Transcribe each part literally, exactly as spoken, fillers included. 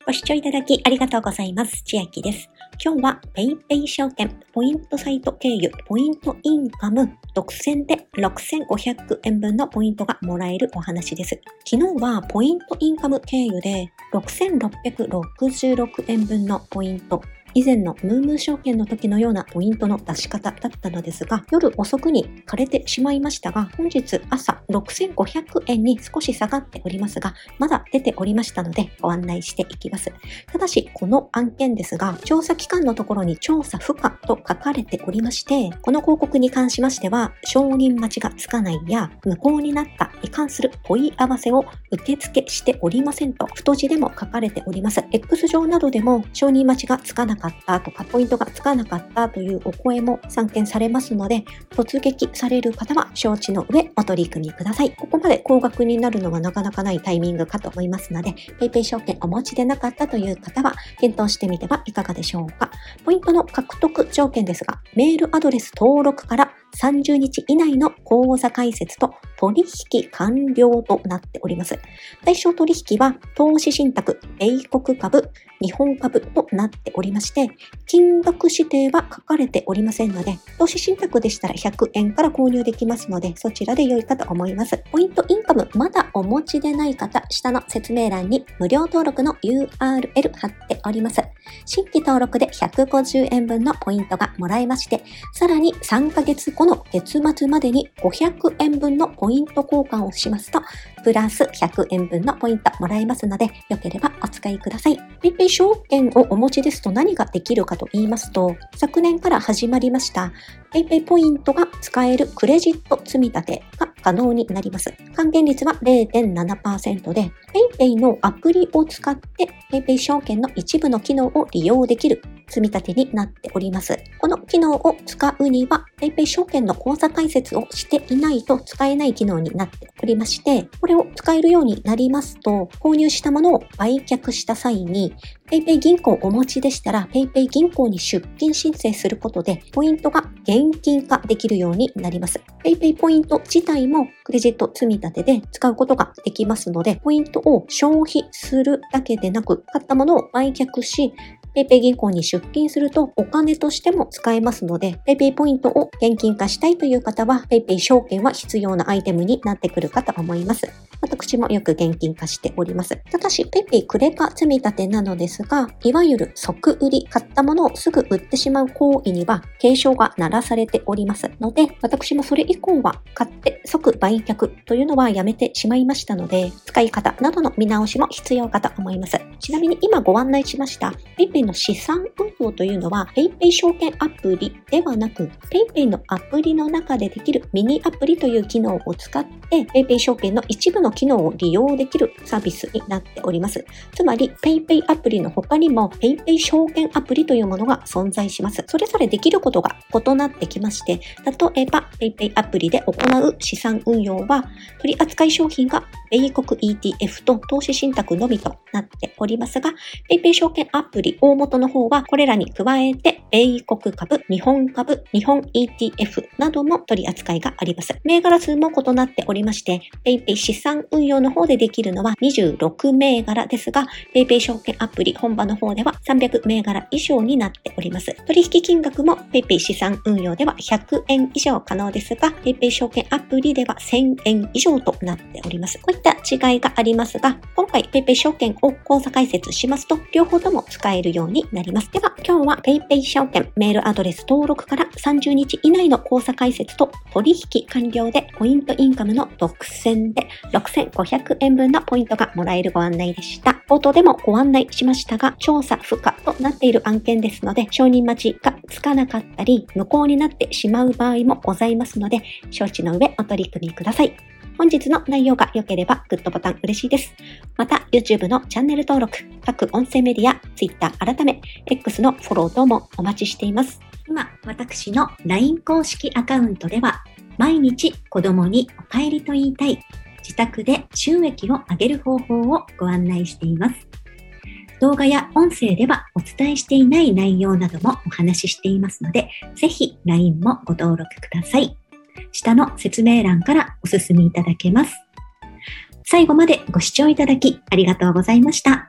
ご視聴いただきありがとうございます。千秋です。今日は PayPay 証券ポイントサイト経由ポイントインカム独占でろくせんごひゃくえんぶんのポイントがもらえるお話です。昨日はポイントインカム経由でろくせんろっぴゃくろくじゅうろくえんぶんのポイント、以前のムームー証券の時のようなポイントの出し方だったのですが、夜遅くに枯れてしまいましたが、本日朝ろくせんごひゃくえんに少し下がっておりますが、まだ出ておりましたのでご案内していきます。ただし、この案件ですが、調査期間のところに調査不可と書かれておりまして、この広告に関しましては、承認待ちがつかないや、無効になったに関する問い合わせを受付しておりませんと、太字でも書かれております。X 上などでも、承認待ちがつかなかったとか、ポイントがつかなかったというお声も散見されますので、突撃される方は承知の上お取り組みください。ここまで高額になるのがなかなかないタイミングかと思いますので、PayPay 証券お持ちでなかったという方は検討してみてはいかがでしょうか。ポイントの獲得条件ですが、メールアドレス登録からさんじゅうにち以内の口座開設と取引完了となっております。対象取引は投資信託、米国株、日本株となっておりまして、金額指定は書かれておりませんので、投資信託でしたらひゃくえんから購入できますので、そちらで良いかと思います。ポイントインカムまだお持ちでない方、下の説明欄に無料登録の ユーアールエル 貼っております。新規登録でひゃくごじゅうえんぶんのポイントがもらえまして、さらにさんかげつごの月末までにごひゃくえんぶんのポイント交換をしますと、プラスひゃくえんぶんのポイントもらえますので、よければお使いください。PayPay 証券をお持ちですと何ができるかと言いますと、昨年から始まりました PayPay ポイントが使えるクレジット積み立てが可能になります。還元率は れいてんななパーセント で、PayPay のアプリを使って PayPay 証券の一部の機能を利用できる積み立てになっております。この機能を使うには PayPay 証券の口座開設をしていないと使えない機能になっておりまして、これを使えるようになりますと、購入したものを売却した際に PayPay 銀行をお持ちでしたら PayPay 銀行に出金申請することでポイントが現金化できるようになります。PayPay ポイント自体もクレジット積み立てで使うことができますので、ポイントを消費するだけでなく、買ったものを売却し、PayPay 銀行に出金するとお金としても使えますので、PayPay ポイントを現金化したいという方は PayPay 証券は必要なアイテムになってくるかと思います。私もよく現金化しております。ただし PayPay クレカ積み立てなのですが、いわゆる即売り、買ったものをすぐ売ってしまう行為には警鐘が鳴らされておりますので、私もそれ以降は買って即売却というのはやめてしまいましたので、使い方などの見直しも必要かと思います。ちなみに今ご案内しました PayPay の資産運用というのは PayPay 証券アプリではなく PayPay のアプリの中でできるミニアプリという機能を使って PayPay 証券の一部の機能を利用できるサービスになっております。つまり PayPay アプリの他にも PayPay 証券アプリというものが存在します。それぞれできることが異なってきまして、例えば PayPay アプリで行う資産運用は取扱い商品が米国 イーティーエフ と投資信託のみとなっておりますが、PayPay 証券アプリ大元の方はこれらに加えて米国株、日本株、日本 イーティーエフ なども取り扱いがあります。銘柄数も異なっておりまして、PayPay 資産運用の方でできるのはにじゅうろくめいがらですが、PayPay 証券アプリ本場の方ではさんびゃくめいがら以上になっております。取引金額も PayPay 資産運用ではひゃくえん以上可能ですが、PayPay 証券アプリではせんえん以上となっております。こういった違いがありますが、今回 PayPay 証券を口座開設しますと、両方とも使えるようになります。では、今日は PayPay 証券メールアドレス登録からさんじゅうにち以内の口座開設と取引完了でポイントインカムの独占でろくせんごひゃくえんぶんのポイントがもらえるご案内でした。冒頭でもご案内しましたが、調査不可となっている案件ですので、承認待ちがつかなかったり、無効になってしまう場合もございますので、承知の上お取り組みください。本日の内容が良ければグッドボタン嬉しいです。また YouTube のチャンネル登録、各音声メディア、Twitter 改め X のフォロー等もお待ちしています。今、私の ライン 公式アカウントでは毎日子供にお帰りと言いたい、自宅で収益を上げる方法をご案内しています。動画や音声ではお伝えしていない内容などもお話ししていますので、ぜひ ライン もご登録ください。下の説明欄からお進みいただけます。最後までご視聴いただきありがとうございました。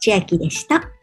千秋でした。